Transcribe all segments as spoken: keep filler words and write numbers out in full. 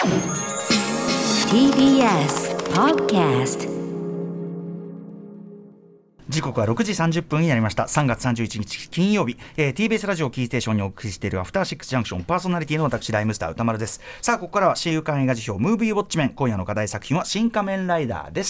ティービーエス Podcast。 時刻はろくじさんじゅっぷんになりました。さんがつさんじゅういちにち金曜日、えー、ティービーエス ラジオキーステーションにお送りしているアフターシックスジャンクション、パーソナリティの私ライムスター歌丸です。さあここからは週刊映画辞表ムービーウォッチメン、今夜の課題作品は新仮面ライダーです。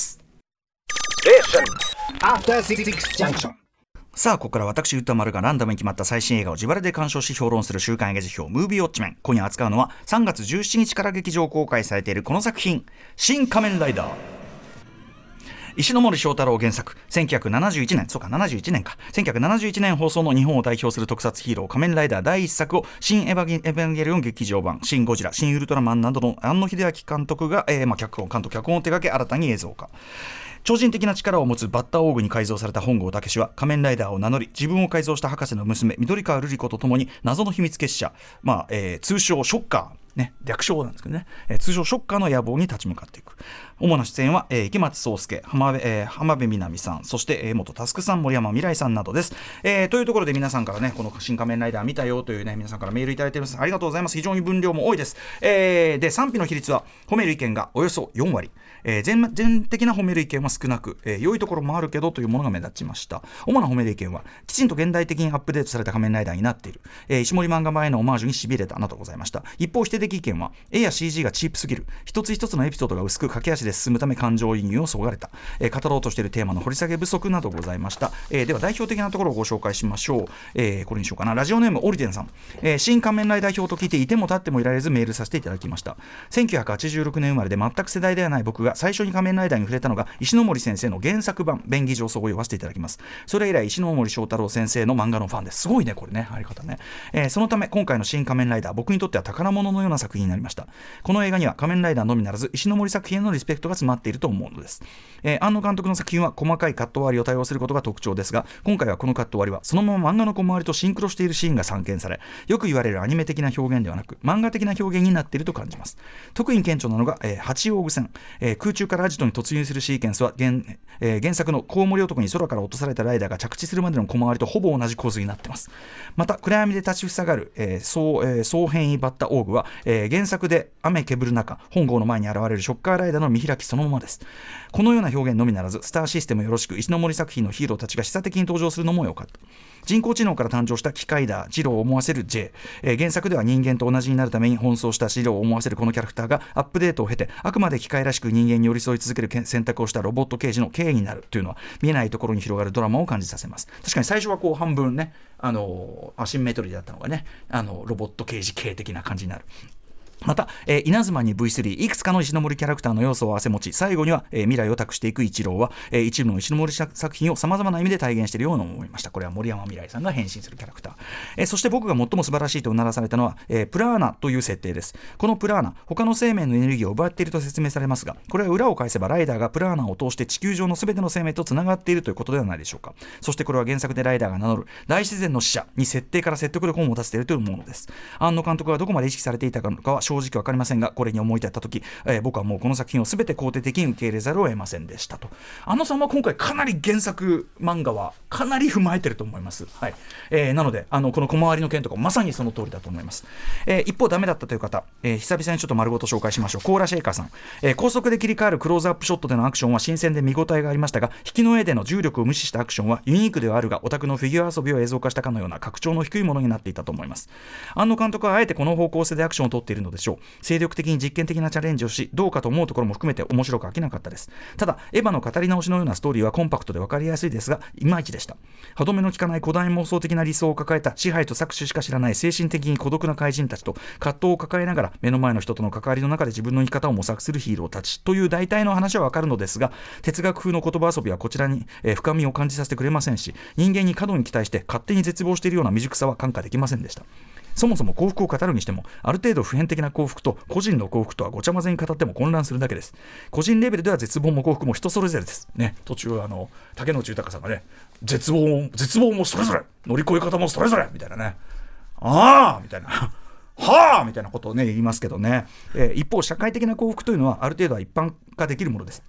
アフターシックスジャンクション。さあここから私歌丸がランダムに決まった最新映画を自腹で鑑賞し評論する週刊映画辞表ムービーウォッチメン。今夜扱うのはさんがつじゅうしちにちから劇場公開されているこの作品、新仮面ライダー。石ノ森章太郎原作、せんきゅうひゃくななじゅういちねん、そうかななじゅういちねんか、せんきゅうひゃくななじゅういちねん放送の日本を代表する特撮ヒーロー仮面ライダーだいいっさくを新エヴァゲ、エヴァンゲリオン劇場版、新ゴジラ、新ウルトラマンなどの庵野秀明監督が、えーまあ、脚本監督脚本を手掛け新たに映像化。超人的な力を持つバッターオーグに改造された本郷猛は仮面ライダーを名乗り、自分を改造した博士の娘緑川瑠璃子とともに謎の秘密結社、まあえー、通称ショッカーね、略称なんですけどね、えー、通称ショッカーの野望に立ち向かっていく。主な出演は、えー、池松壮亮、浜辺、えー、浜辺美波さん、そして、えー、元タスクさん、森山未來さんなどです、えー、というところで皆さんからね、この新仮面ライダー見たよというね、皆さんからメールいただいています。ありがとうございます。非常に分量も多いです、えー、で賛否の比率は褒める意見がおよそよんわり、えー、全, 全的な褒める意見は少なく、えー、良いところもあるけどというものが目立ちました。主な褒める意見はきちんと現代的にアップデートされた仮面ライダーになっている、えー、石森漫画版へのオマージュにしびれたなどございました。一方否定的意見は絵や シージー がチープすぎる、一つ一つのエピソードが薄く駆け足で進むため感情移入をそがれた、えー、語ろうとしているテーマの掘り下げ不足などございました。えー、では代表的なところをご紹介しましょう。えー、これにしようかな。ラジオネームオリテンさん、えー、新仮面ライダー表と聞いていても立ってもいられずメールさせていただきました。せんきゅうひゃくはちじゅうろくねん生まれで全く世代ではない僕が最初に仮面ライダーに触れたのが石ノ森先生の原作版便宜上層を読ませていただきます。それ以来石ノ森章太郎先生の漫画のファンです。すごいねこれね、入り方ね、えー、そのため今回の新仮面ライダー、僕にとっては宝物のような作品になりました。この映画には仮面ライダーのみならず石ノ森作品へのリスペクトが詰まっていると思うのです。えー、庵野監督の作品は細かいカット割りを対応することが特徴ですが、今回はこのカット割りはそのまま漫画の小回りとシンクロしているシーンが散見され、よく言われるアニメ的な表現ではなく漫画的な表現になっていると感じます。特に顕著なのが、えー、八王具戦、えー、空中からアジトに突入するシーケンスは 原,、えー、原作のコウモリ男に空から落とされたライダーが着地するまでの小回りとほぼ同じ構図になっています。また暗闇で立ちふさがる、えー総えー、総変異バッタオーグは、えー、原作で雨けぶる中本郷の前に現れるショッカーライダーの見開きそのままです。このような表現のみならずスターシステムよろしく石ノ森作品のヒーローたちが示唆的に登場するのも良かった。人工知能から誕生した機械だジローを思わせる J、えー、原作では人間と同じになるために奔走したジローを思わせるこのキャラクターがアップデートを経てあくまで機械らしく人間に寄り添い続ける選択をしたロボット刑事の K になるというのは見えないところに広がるドラマを感じさせます。確かに最初はこう半分ね、あのアシンメトリーだったのがね、あのロボット刑事系的な感じになる。また、えー、稲妻に ブイスリー いくつかの石ノ森キャラクターの要素を併せ持ち、最後には、えー、未来を託していく一郎は、えー、一部の石ノ森作品をさまざまな意味で体現しているように思いました。これは森山未来さんが変身するキャラクター、えー、そして僕が最も素晴らしいとうならされたのは、えー、プラーナという設定です。このプラーナ、他の生命のエネルギーを奪っていると説明されますが、これは裏を返せばライダーがプラーナを通して地球上の全ての生命とつながっているということではないでしょうか。そしてこれは原作でライダーが名乗る大自然の使者に設定から説得力を持たせているというものです。庵野監督がどこまで意識されていたかは正直わかりませんが、これに思い立った時、えー、僕はもうこの作品を全て肯定的に受け入れざるを得ませんでしたと。庵野さんは今回かなり原作漫画はかなり踏まえてると思います、はいえー、なのであのこの小回りの件とかまさにその通りだと思います。えー、一方ダメだったという方、えー、久々にちょっと丸ごと紹介しましょう。コーラシェイカーさん、えー、高速で切り替わるクローズアップショットでのアクションは新鮮で見応えがありましたが、引きの絵での重力を無視したアクションはユニークではあるがオタクのフィギュア遊びを映像化したかのような格調の低いものになっていたと思います。庵野監督はあえてこの方向性でアクションを取っているのでしょう。精力的に実験的なチャレンジをし、どうかと思うところも含めて面白く飽きなかったです。ただエヴァの語り直しのようなストーリーはコンパクトで分かりやすいですがいまいちでした。歯止めの効かない古代妄想的な理想を抱えた支配と搾取しか知らない精神的に孤独な怪人たちと葛藤を抱えながら目の前の人との関わりの中で自分の生き方を模索するヒーローたちという大体の話は分かるのですが、哲学風の言葉遊びはこちらに、えー、深みを感じさせてくれませんし、人間に過度に期待して勝手に絶望しているような未熟さは看過できませんでした。そもそも幸福を語るにしてもある程度普遍的な幸福と個人の幸福とはごちゃ混ぜに語っても混乱するだけです。個人レベルでは絶望も幸福も人それぞれですね。途中あの竹野内豊さんがね、絶望も絶望もそれぞれ乗り越え方もそれぞれみたいなね、ああみたいなはあみたいなことをね言いますけどね、えー、一方社会的な幸福というのはある程度は一般化できるものです。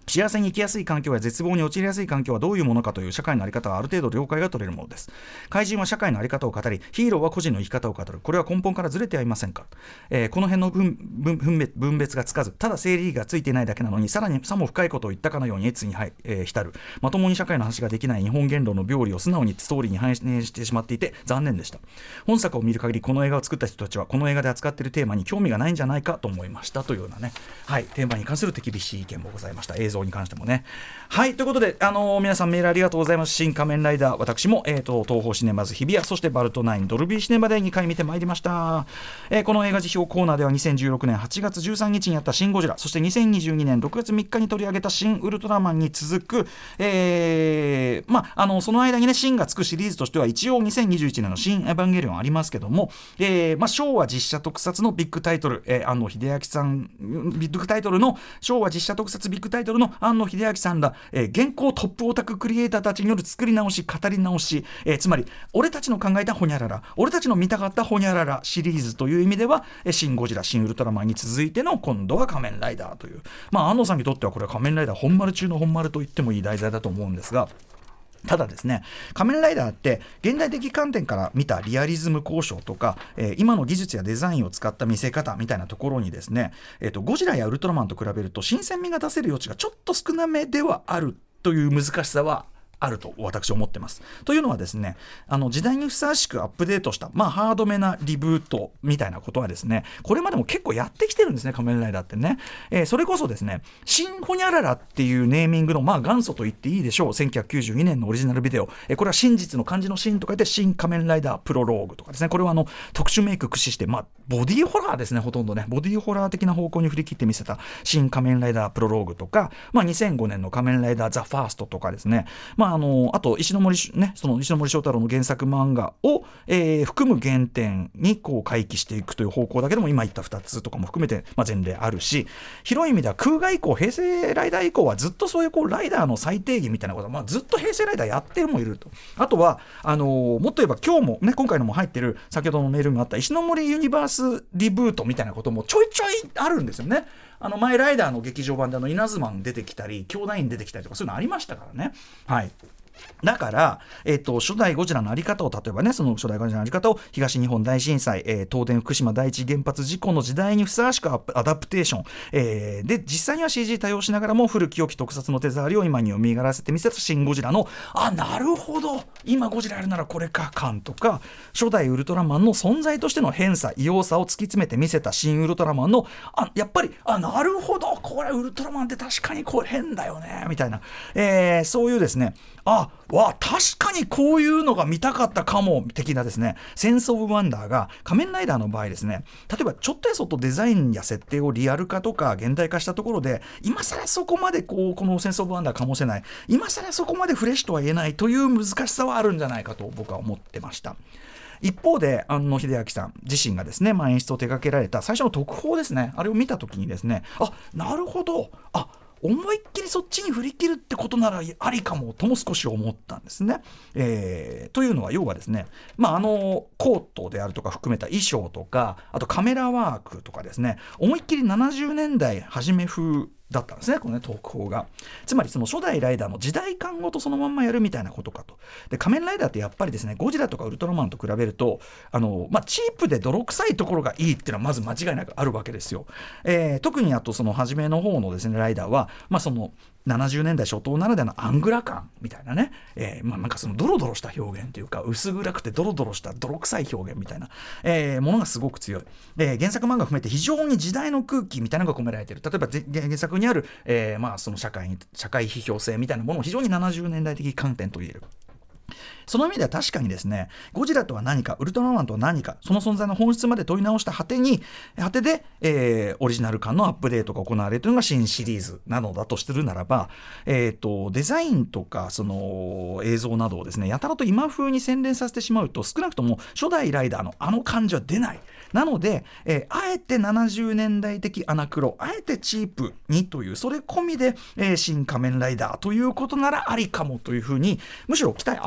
幸せに生きやすい環境や絶望に陥りやすい環境はどういうものかという社会の在り方はある程度了解が取れるものです。怪人は社会の在り方を語り、ヒーローは個人の生き方を語る。これは根本からずれてはいませんか、えー、この辺の 分, 分, 分, 別分別がつかず、ただ整理がついていないだけなのに、さらにさも深いことを言ったかのように越に、はいえー、浸る。まともに社会の話ができない日本言論の病理を素直にストーリーに反映してしまっていて残念でした。本作を見る限り、この映画を作った人たちはこの映画で扱っているテーマに興味がないんじゃないかと思いましたというようなね、はい、テーマに関する手厳しい意見もございました。映像に関してもね。はい、ということで、あのー、皆さんメールありがとうございます。新仮面ライダー、私も、えー、と東宝シネマズ日比谷、そしてバルトナインドルビーシネマでにかい見てまいりました。えー、この映画辞表コーナーではにせんじゅうろくねんはちがつじゅうさんにちにやったシンゴジラ、そしてにせんにじゅうにねんろくがつみっかに取り上げたシンウルトラマンに続く、えー、まあ、あのその間にね、シンがつくシリーズとしては一応にせんにじゅういちねんのシンエヴァンゲリオンありますけども、えーまあ、昭和実写特撮のビッグタイトル、えー、庵野秀明さんビッグタイトルの昭和実写特撮ビッグタイトルの庵野秀明さんら、えー、現行トップオタククリエイターたちによる作り直し語り直し、えー、つまり俺たちの考えたホニャララ、俺たちの見たかったホニャララシリーズという意味では、えー、シンゴジラ、シンウルトラマンに続いての今度は仮面ライダーという、まあ、庵野さんにとってはこれは仮面ライダー本丸中の本丸と言ってもいい題材だと思うんですが、ただですね、仮面ライダーって現代的観点から見たリアリズム交渉とか、えー、今の技術やデザインを使った見せ方みたいなところにですね、えーと、ゴジラやウルトラマンと比べると新鮮味が出せる余地がちょっと少なめではあるという難しさはあると私は思ってます。というのはですね、あの時代にふさわしくアップデートした、まあ、ハードめなリブートみたいなことはですね、これまでも結構やってきてるんですね、仮面ライダーってね。えー、それこそですね、新ホニャララっていうネーミングの、まあ、元祖と言っていいでしょう。せんきゅうひゃくきゅうじゅうにねんのオリジナルビデオ、えー、これは真実の漢字の真と書いて新仮面ライダープロローグとかですね、これはあの特殊メイク駆使して、まあ、ボディーホラーですね、ほとんどね、ボディーホラー的な方向に振り切って見せた新仮面ライダープロローグとか、まあ、にせんごねんの仮面ライダーザ・ファーストとかですね、まあ、あのあと石ノ森、ね、その石ノ森章太郎の原作漫画を、えー、含む原点にこう回帰していくという方向だけでも今言ったふたつとかも含めて、まあ、前例あるし、広い意味では空外以降、平成ライダー以降はずっとそういう、こうライダーの最低義みたいなことは、まあ、ずっと平成ライダーやってるもいると。あとはあのー、もっと言えば今日も、ね、今回のも入ってる先ほどのメールにもあった石ノ森ユニバースリブートみたいなこともちょいちょいあるんですよね。あの前ライダーの劇場版であの稲妻出てきたり兄弟に出てきたりとかそういうのありましたからね。はい、だから、えーと、初代ゴジラのあり方を、例えばね、その初代ゴジラのあり方を東日本大震災、えー、東電福島第一原発事故の時代にふさわしくアダプテーション、えー、で実際には シージー 対応しながらも古き良き特撮の手触りを今に蘇らせてみせた新ゴジラの、あ、なるほど、今ゴジラやるならこれか感とか、初代ウルトラマンの存在としての変さ異様さを突き詰めてみせた新ウルトラマンの、あ、やっぱり、あ、なるほど、これウルトラマンって確かにこれ変だよねみたいな、えー、そういうですね、あ、わ、確かにこういうのが見たかったかも的なですね、センスオブワンダーが仮面ライダーの場合ですね、例えばちょっとやそっとデザインや設定をリアル化とか現代化したところで、今更そこまでこうこのセンスオブワンダーかもしれない、今更そこまでフレッシュとは言えないという難しさはあるんじゃないかと僕は思ってました。一方で庵野秀明さん自身がですね、まあ、演出を手掛けられた最初の特報ですね、あれを見た時にですね、あ、なるほど、あ、思いっきりそっちに振り切るってことならありかもとも少し思ったんですね。えー、というのは要はですね、まあ、あのコートであるとか含めた衣装とか、あとカメラワークとかですね、思いっきりななじゅうねんだい初め風だったんですね、このね、特報が。つまりその初代ライダーの時代感ごとそのまんまやるみたいなことかと。で、仮面ライダーってやっぱりですね、ゴジラとかウルトラマンと比べるとあの、まあ、チープで泥臭いところがいいっていうのはまず間違いなくあるわけですよ。えー、特にあとその初めの方のですねライダーは、まあ、そのななじゅうねんだい初頭ならではのアングラ感みたいなね、えーまあ、なんかそのドロドロした表現というか、薄暗くてドロドロした泥臭い表現みたいな、えー、ものがすごく強い。えー、原作漫画含めて非常に時代の空気みたいなのが込められている。例えば原作にある、えーまあ、その社会に社会批評性みたいなものを非常にななじゅうねんだい的観点と言える。その意味では確かにですね、ゴジラとは何か、ウルトラマンとは何か、その存在の本質まで問い直した果てに果てで、えー、オリジナル感のアップデートが行われるというのが新シリーズなのだとするならば、えーと、デザインとかその映像などをですね、やたらと今風に洗練させてしまうと、少なくとも初代ライダーのあの感じは出ない。なので、えー、あえてななじゅうねんだい的アナクロ、あえてチープにという、それ込みで、えー、新仮面ライダーということならありかもというふうに、むしろ期待上がったんですよ。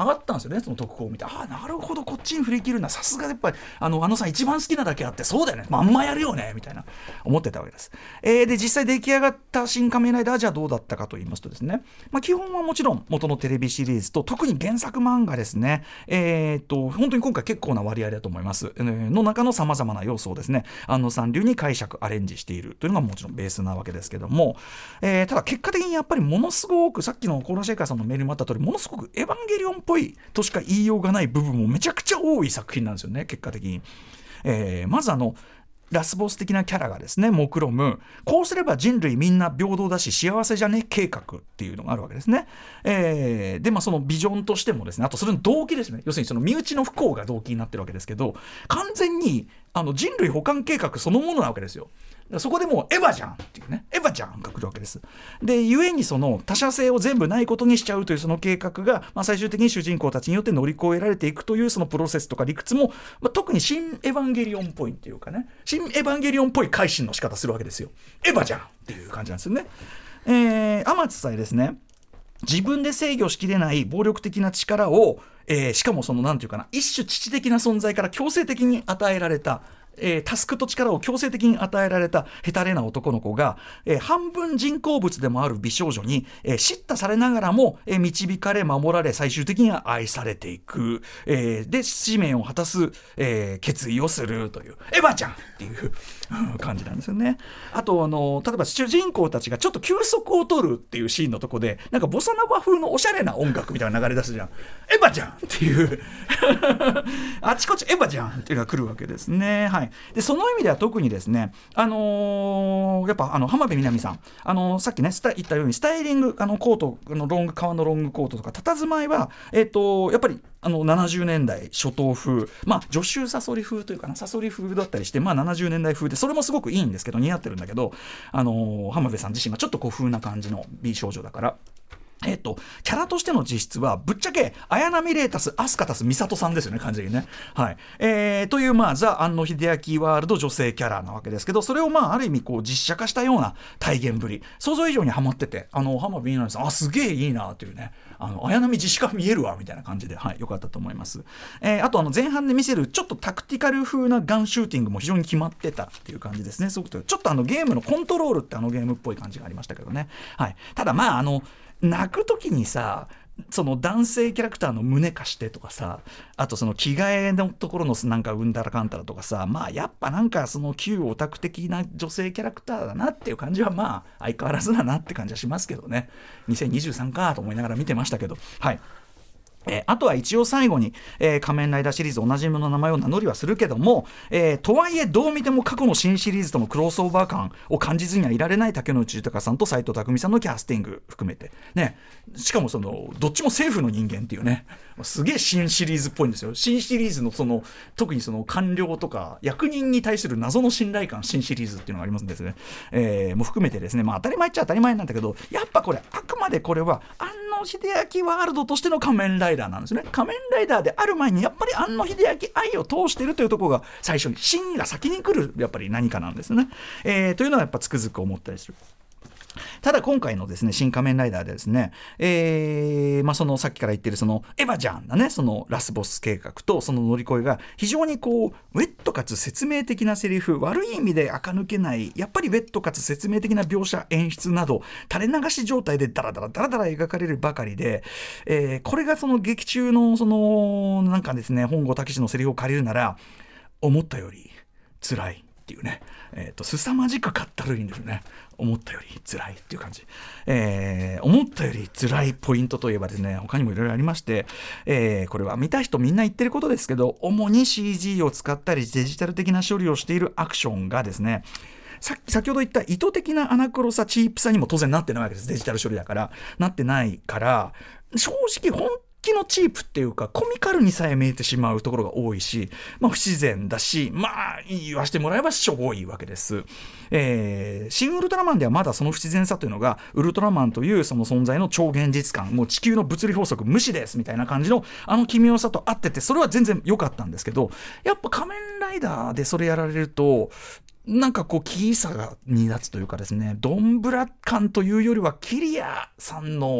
ね、その特攻を見て、ああなるほどこっちに振り切るんだ、さすがやっぱりあのあのさん一番好きなだけあってそうだよね、まんまやるよねみたいな思ってたわけです。えー、で実際出来上がった新仮面ライダーじゃあどうだったかと言いますとですね、まあ、基本はもちろん元のテレビシリーズと特に原作漫画ですね、えー、と本当に今回結構な割合だと思います、えー、の中のさまざまな要素をですね安野さん流に解釈アレンジしているというのがもちろんベースなわけですけども、えー、ただ結果的にやっぱりものすごくさっきのコーラシェイカーさんのメールにもあった通りものすごくエヴァンゲリオンっぽいとしか言いようがない部分もめちゃくちゃ多い作品なんですよね結果的に。えー、まずあのラスボス的なキャラがですね目論むこうすれば人類みんな平等だし幸せじゃね計画っていうのがあるわけですね、えー、でまあそのビジョンとしてもですねあとそれの動機ですね要するにその身内の不幸が動機になってるわけですけど完全にあの人類補完計画そのものなわけですよ。そこでもうエヴァじゃんっていうねエヴァじゃんが来るわけです。で故にその他者性を全部ないことにしちゃうというその計画が、まあ、最終的に主人公たちによって乗り越えられていくというそのプロセスとか理屈も、まあ、特に新エヴァンゲリオンっぽいっていうかね新エヴァンゲリオンっぽい改心の仕方するわけですよ。エヴァじゃんっていう感じなんですよね。えー、天津さえですね自分で制御しきれない暴力的な力を、えー、しかもそのなんていうかな一種父的な存在から強制的に与えられたえー、タスクと力を強制的に与えられたヘタレな男の子が、えー、半分人工物でもある美少女に、えー、叱咤されながらも、えー、導かれ守られ最終的には愛されていく、えー、で使命を果たす、えー、決意をするというエヴァちゃんっていう感じなんですよね。あとあの例えば主人公たちがちょっと休息を取るっていうシーンのとこでなんかボサノバ風のおしゃれな音楽みたいな流れ出すじゃんエヴァちゃんっていうあちこちエヴァちゃんっていうのが来るわけですね。はい、でその意味では特にですね、あのー、やっぱあの浜辺美波さん、あのー、さっきね言ったようにスタイリングあのコートあのロング革のロングコートとか佇まいは、えー、とやっぱりあのななじゅうねんだい初頭風、まあ女囚サソリ風というかなサソリ風だったりして、まあ、ななじゅうねんだい風でそれもすごくいいんですけど似合ってるんだけど、あのー、浜辺さん自身がちょっと古風な感じの美少女だから。えっと、キャラとしての実質はぶっちゃけ綾波レイタスアスカタス美里さんですよね完全にね、はいえー、というまあザ・庵野秀明ワールド女性キャラなわけですけどそれをまあある意味こう実写化したような体現ぶり想像以上にハマっててあの浜辺美波さんあすげえいいなというねあの綾波実写化見えるわみたいな感じで、はい、よかったと思います、えー、あとあの前半で見せるちょっとタクティカル風なガンシューティングも非常に決まってたっていう感じですね。すごくちょっとあのゲームのコントロールってあのゲームっぽい感じがありましたけどね、はい、ただまああの泣く時にさその男性キャラクターの胸貸してとかさあとその着替えのところのなんかうんだらかんたらとかさまあやっぱなんかその旧オタク的な女性キャラクターだなっていう感じはまあ相変わらずだなって感じはしますけどねにせんにじゅうさんかと思いながら見てましたけどはいえー、あとは一応最後に、えー、仮面ライダーシリーズおなじみの名前を名乗りはするけども、えー、とはいえどう見ても過去の新シリーズとのクロスオーバー感を感じずにはいられない竹野内豊さんと斎藤工さんのキャスティング含めてねしかもそのどっちも政府の人間っていうねすげえ新シリーズっぽいんですよ。新シリーズのその特にその官僚とか役人に対する謎の信頼感新シリーズっていうのがありますんですね、えー、も含めてですねまあ当たり前っちゃ当たり前なんだけどやっぱこれあくまでこれは庵野秀明ワールドとしての仮面ライダーなんですね。仮面ライダーである前にやっぱり庵野秀明愛を通しているというところが最初に真が先に来るやっぱり何かなんですね、えー、というのはやっぱつくづく思ったりする。ただ今回のですね新仮面ライダーでですね、えーまあ、そのさっきから言ってるそのエヴァじゃんなねそのラスボス計画とその乗り越えが非常にこうウェットかつ説明的なセリフ悪い意味で垢抜けないやっぱりウェットかつ説明的な描写演出など垂れ流し状態でダラダラダラダラ描かれるばかりで、えー、これがその劇中のそのなんかですね本郷武史のセリフを借りるなら思ったより辛いっていうね、えーと、凄まじくかったるいんですね。思ったより辛いっていう感じ、えー、思ったより辛いポイントといえばですね他にもいろいろありまして、えー、これは見た人みんな言ってることですけど主に シージー を使ったりデジタル的な処理をしているアクションがですねさ先ほど言った意図的なアナクロさチープさにも当然なってないわけです。デジタル処理だからなってないから正直本気のチープっていうかコミカルにさえ見えてしまうところが多いし、まあ、不自然だしまあ言わせてもらえばしょぼいわけです、えー、新ウルトラマンではまだその不自然さというのがウルトラマンというその存在の超現実感もう地球の物理法則無視ですみたいな感じのあの奇妙さと合っててそれは全然良かったんですけどやっぱ仮面ライダーでそれやられるとなんかこうキーさがに立つというかですねドンブラ感というよりはキリアさんの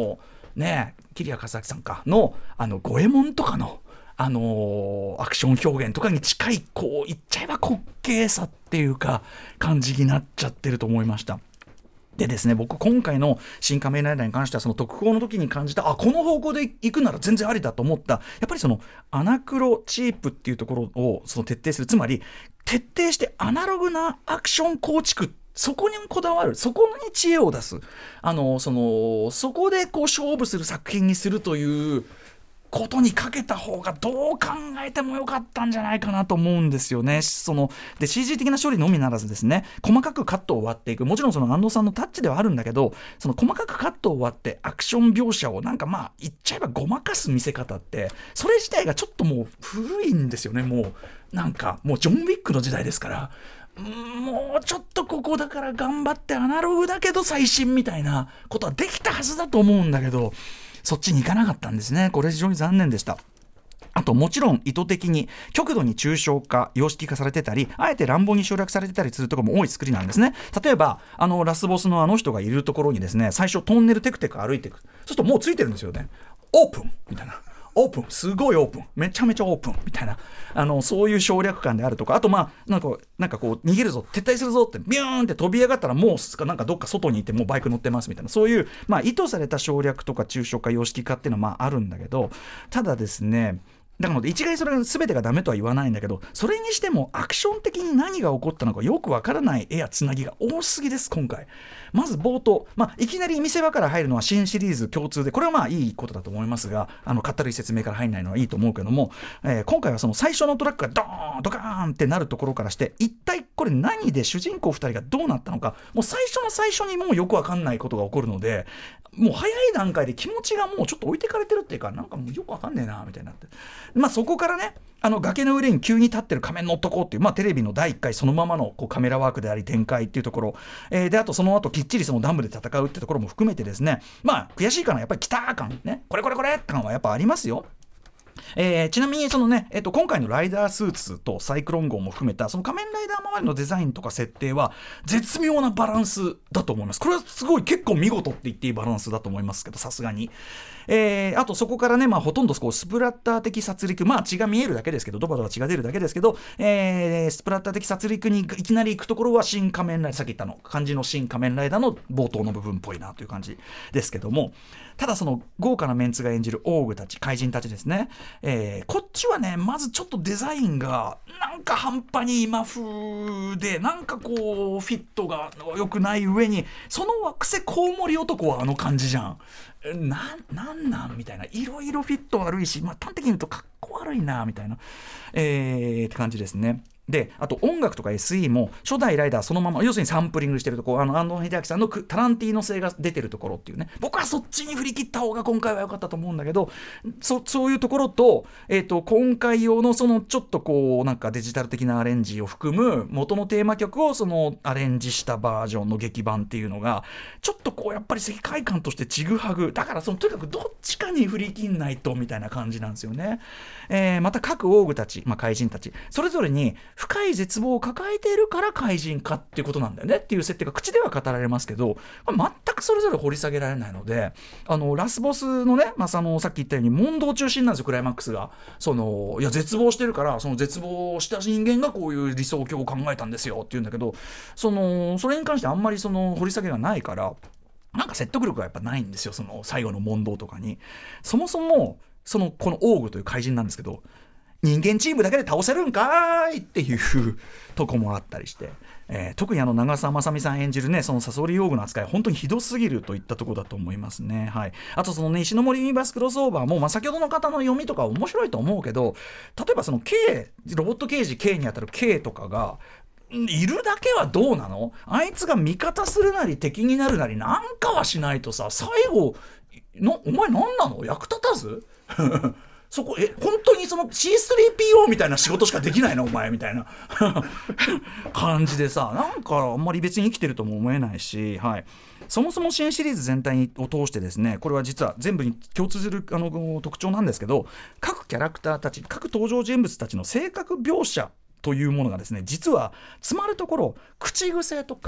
ね桐谷和明さんかのあの五右衛門とかのあのー、アクション表現とかに近いこう言っちゃえば滑稽さっていうか感じになっちゃってると思いました。でですね、僕今回の新仮面ライダーに関してはその特報の時に感じた、あこの方向で行くなら全然ありだと思った、やっぱりそのアナクロチープっていうところをその徹底する、つまり徹底してアナログなアクション構築、そこにこだわる、そこに知恵を出す、あのそのそこでこう勝負する作品にするということにかけた方がどう考えてもよかったんじゃないかなと思うんですよね。そので シージー 的な処理のみならずですね、細かくカットを割っていく、もちろんその安藤さんのタッチではあるんだけど、その細かくカットを割ってアクション描写をなんかまあ言っちゃえばごまかす見せ方って、それ自体がちょっともう古いんですよね。もうなんかもうジョン・ウィックの時代ですから、もうちょっとここだから頑張ってアナログだけど最新みたいなことはできたはずだと思うんだけど、そっちに行かなかったんですね。これ非常に残念でした。あともちろん意図的に極度に抽象化様式化されてたり、あえて乱暴に省略されてたりするところも多い作りなんですね。例えばあのラスボスのあの人がいるところにですね、最初トンネルテクテク歩いていく、そうするともうついてるんですよね。オープンみたいな、オープン、すごいオープン、めちゃめちゃオープンみたいな、あのそういう省略感であるとか、あとまあなんかなんかこう逃げるぞ、撤退するぞってビューンって飛び上がったらもうなんかどっか外にいてもうバイク乗ってますみたいな、そういうまあ意図された省略とか抽象化様式化っていうのはまああるんだけど、ただですね、だから一概それが全てがダメとは言わないんだけど、それにしてもアクション的に何が起こったのかよくわからない絵やつなぎが多すぎです今回。まず冒頭、まあ、いきなり見せ場から入るのは新シリーズ共通で、これはまあいいことだと思いますが、あのかったるい説明から入んないのはいいと思うけども、えー、今回はその最初のトラックがドーンドカーンってなるところからして、一体これ何で主人公ふたりがどうなったのか、もう最初の最初にもうよくわかんないことが起こるので、もう早い段階で気持ちがもうちょっと置いてかれてるっていうか、なんかもうよくわかんねえなみたいになって、まあそこからね、あの崖の上に急に立ってる仮面の男っていう、まあ、テレビのだいいっかいそのままのこうカメラワークであり展開っていうところ、えー、であとその後きっちりそのダムで戦うってところも含めてですね、まあ悔しいかな、やっぱり来た感ね、これこれこれ感はやっぱありますよ。えー、ちなみにそのね、えー、と今回のライダースーツとサイクロン号も含めたその仮面ライダー周りのデザインとか設定は絶妙なバランスだと思います。これはすごい結構見事って言っていいバランスだと思いますけど、さすがに、えー、あとそこからね、まあ、ほとんどこうスプラッター的殺戮、まあ血が見えるだけですけど、ドバドバ血が出るだけですけど、えー、スプラッター的殺戮にいきなり行くところは新仮面ライダー、さっき言ったの漢字の新仮面ライダーの冒頭の部分っぽいなという感じですけども、ただその豪華なメンツが演じるオーグたち、怪人たちですね、えー、こっちはねまずちょっとデザインがなんか半端に今風で、なんかこうフィットが良くない上に、その惑星コウモリ男はあの感じじゃん、な、なんなんみたいな、いろいろフィット悪いし、まあ、端的に言うとかっこ悪いなみたいな、えー、って感じですね。であと音楽とか エスイー も初代ライダーそのまま、要するにサンプリングしてるところ、あの安藤秀明さんのタランティーノ性が出てるところっていうね、僕はそっちに振り切った方が今回は良かったと思うんだけど、 そ, そういうところと、えーと今回用のそのちょっとこうなんかデジタル的なアレンジを含む元のテーマ曲をそのアレンジしたバージョンの劇版っていうのがちょっとこうやっぱり世界観としてちぐはぐだから、そのとにかくどっちかに振り切んないとみたいな感じなんですよね。えー、また各オーグたち、まあ、怪人たちそれぞれに深い絶望を抱えているから怪人かっていうことなんだよねっていう設定が口では語られますけど、全くそれぞれ掘り下げられないので、あのラスボスのね、まあ、そのさっき言ったように問答中心なんですよ、クライマックスが。そのいや絶望してるから、その絶望した人間がこういう理想郷を考えたんですよっていうんだけど、そのそれに関してあんまりその掘り下げがないから、なんか説得力がやっぱないんですよ、その最後の問答とかに。そもそもそのこのオーグという怪人なんですけど、人間チームだけで倒せるんかーいっていうとこもあったりして、えー、特にあの長澤まさみさん演じるね、そのサソリオーグの扱い本当にひどすぎるといったところだと思いますね。はい、あとそのね石ノ森ユニバースクロスオーバーも、まあ、先ほどの方の読みとか面白いと思うけど、例えばその K ロボット刑事 K にあたる K とかがいるだけはどうなの？あいつが味方するなり敵になるなりなんかはしないとさ、最後のお前何なの？役立たず？そこえ本当にその シースリーピーオー みたいな仕事しかできないのお前みたいな感じでさ、なんかあんまり別に生きてるとも思えないし、はい、そもそも新シリーズ全体を通してですね、これは実は全部に共通するあの特徴なんですけど、各キャラクターたち、各登場人物たちの性格描写というものがですね、実は詰まるところ口癖とか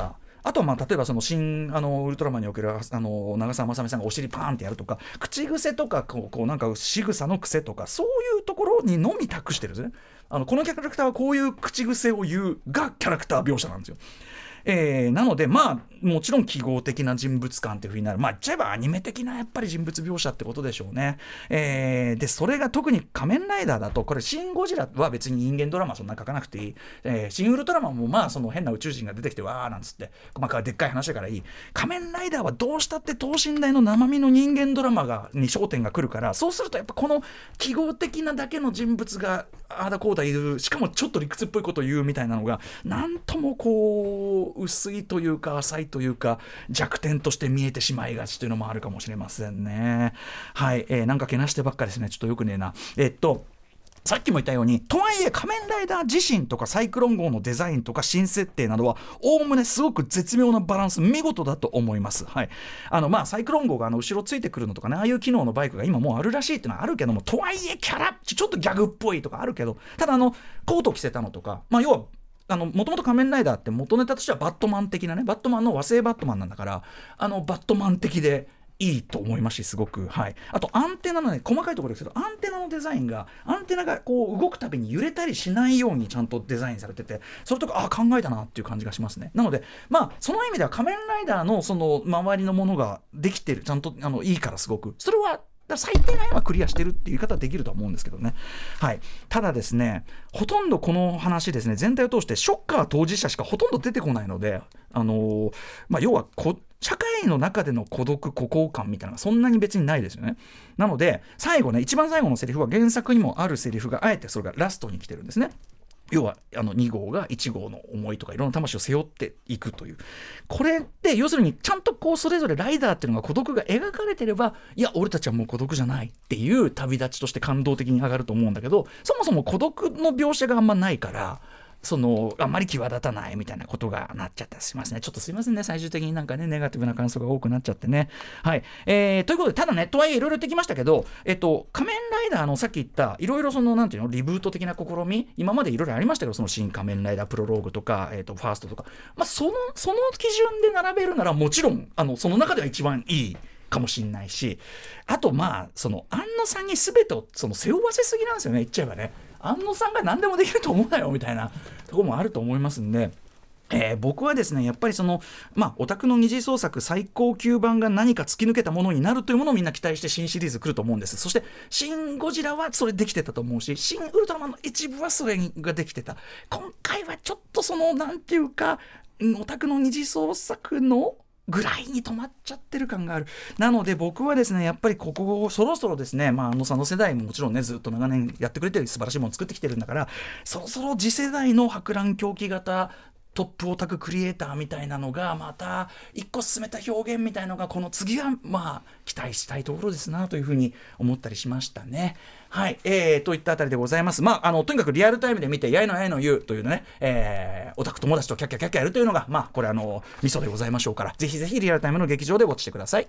あとはまあ例えばその新あのウルトラマンにおけるあの長澤まさみさんがお尻パーンってやるとか、口癖とかこうこうなんか仕草の癖とかそういうところにのみ託してるんですね。あのこのキャラクターはこういう口癖を言うがキャラクター描写なんですよ。えー、なのでまあもちろん記号的な人物感という風になる、まあ言っちゃえばアニメ的なやっぱり人物描写ってことでしょうね。えー、でそれが特に仮面ライダーだと、これシン・ゴジラは別に人間ドラマそんな書かなくていい、えー、シン・ウルトラマンもまあその変な宇宙人が出てきてわーなんつって細かいでっかい話だからいい。仮面ライダーはどうしたって等身大の生身の人間ドラマがに焦点が来るから、そうするとやっぱこの記号的なだけの人物がああだこうだ言う、しかもちょっと理屈っぽいことを言うみたいなのがなんともこう薄いというか浅いというか弱点として見えてしまいがちというのもあるかもしれませんね。はい、えー、なんかけなしてばっかりですね。ちょっとよくねえな。えっとさっきも言ったように、とはいえ仮面ライダー自身とかサイクロン号のデザインとか新設定などはおおむねすごく絶妙なバランス、見事だと思います。はい、あのまあサイクロン号があの後ろついてくるのとかね、ああいう機能のバイクが今もうあるらしいっていうのはあるけども、とはいえキャラちょっとギャグっぽいとかあるけど、ただあのコート着せたのとか、まあ要はあのもともと仮面ライダーって元ネタとしてはバットマン的なね、バットマンの和製バットマンなんだから、あのバットマン的でいいと思いますし、すごく、はい、あとアンテナのね細かいところですけど、アンテナのデザインがアンテナがこう動くたびに揺れたりしないようにちゃんとデザインされてて、それとかあ考えたなっていう感じがしますね。なのでまあその意味では仮面ライダーのその周りのものができてる、ちゃんとあのいいから、すごくそれはだ最低ラインはクリアしてるっていう言い方はできるとは思うんですけどね。はい、ただですね、ほとんどこの話ですね、全体を通してショッカー当事者しかほとんど出てこないので、あのーまあ、要はこ社会の中での孤独孤高感みたいなのがそんなに別にないですよね。なので最後ね、一番最後のセリフは原作にもあるセリフがあえてそれがラストに来てるんですね。要はあのに号がいち号の思いとかいろんな魂を背負っていくという、これって要するにちゃんとこうそれぞれライダーっていうのが孤独が描かれてれば、いや俺たちはもう孤独じゃないっていう旅立ちとして感動的に上がると思うんだけど、そもそも孤独の描写があんまないから、そのあんまり際立たないみたいなことがなっちゃったりしますね。ちょっとすいませんね、最終的になんかねネガティブな感想が多くなっちゃってね。はい、えー、ということで、ただねとはいえいろいろ言ってきましたけど、えっと仮面ライダーのさっき言ったいろいろそのなんていうのリブート的な試み、今までいろいろありましたけど、その新仮面ライダープロローグとか、えー、とファーストとか、まあ、そのその基準で並べるならもちろんあのその中では一番いいかもしれないし、あとまあその庵野さんに全てをその背負わせすぎなんですよね、言っちゃえばね。庵野さんが何でもできると思うなよみたいなところもあると思いますんで、えー、僕はですねやっぱりそのまあオタクの二次創作最高級版が何か突き抜けたものになるというものをみんな期待して新シリーズ来ると思うんです。そしてシン・ゴジラはそれできてたと思うし、シン・ウルトラマンの一部はそれができてた。今回はちょっとそのなんていうかオタクの二次創作のぐらいに止まっちゃってる感がある。なので僕はですねやっぱりここをそろそろですね、まああのさんの世代ももちろんねずっと長年やってくれてる素晴らしいものを作ってきてるんだから、そろそろ次世代の博覧狂気型トップオタククリエイターみたいなのがまた一個進めた表現みたいのがこの次はまあ期待したいところですなというふうに思ったりしましたね。はい、えー、といったあたりでございます。まああのとにかくリアルタイムで見てやいのやいの言うというね、えー、オタク友達とキャッキャキャッキャやるというのがまあこれあのミソでございましょうから、ぜひぜひリアルタイムの劇場でウォッチしてください。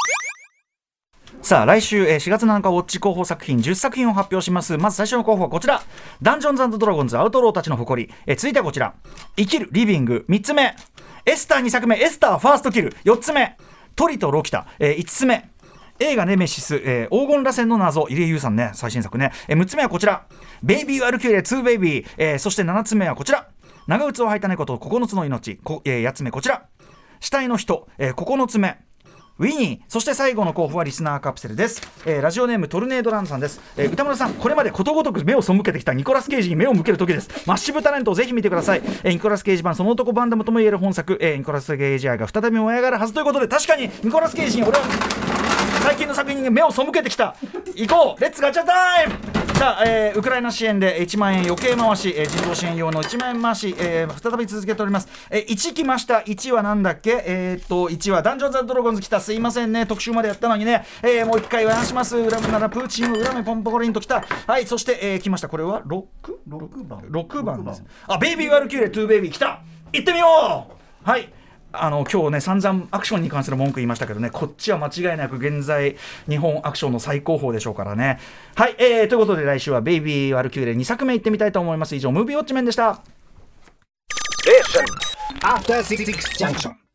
さあ来週しがつなのかウォッチ候補作品じゅっさく品を発表します。まず最初の候補はこちら、ダンジョンズ&ドラゴンズアウトローたちの誇り。え続いてはこちら、生きるリビング。みっつめエスターにさくめエスターファーストキル。よっつめトリとロキタ。えいつつめ映画ネメシス、えー、黄金螺旋の謎、入江優さんね最新作ね。えむっつめはこちら、ベイビーワルキューレツーベイビー。えー、そしてななつめはこちら、長靴を履いた猫とここのつの命。こ、えー、やっつめこちら、死体の人。えー、ここのつめウィニー。そして最後の候補はリスナーカプセルです。えー、ラジオネームトルネードランドさんです。えー、歌村さん、これまでことごとく目を背けてきたニコラス・ケイジに目を向ける時です。マッシブタレントをぜひ見てください。えー、ニコラス・ケイジ版その男バンダムともいえる本作、えー、ニコラス・ケイジ愛が再び燃え上がるはずということで、確かにニコラス・ケイジに俺は最近の作品に目を背けてきた。行こうレッツガチャタイム。さあ、えー、ウクライナ支援でいちまんえん余計回し、えー、人道支援用のいちまんえん回し、えー、再び続けております。えー、いち来ました。いちはなんだっけ、えー、っといちはダンジョンズ&ドラゴンズ来た。すいませんね特集までやったのにね、えー、もう一回お願いします。恨むならプーチンを恨めポンポコリンと来た。はい、そして、えー、来ました。これは ろく? ろくばんろくばんです。あ、ベイビーワルキューレトゥーベイビー来た。行ってみよう。はい、あの今日ね散々アクションに関する文句言いましたけどね、こっちは間違いなく現在日本アクションの最高峰でしょうからね。はい、えー、ということで来週はベイビーワルキューレにさくめ行ってみたいと思います。以上ムービーウォッチメンでした。 After Six Junction.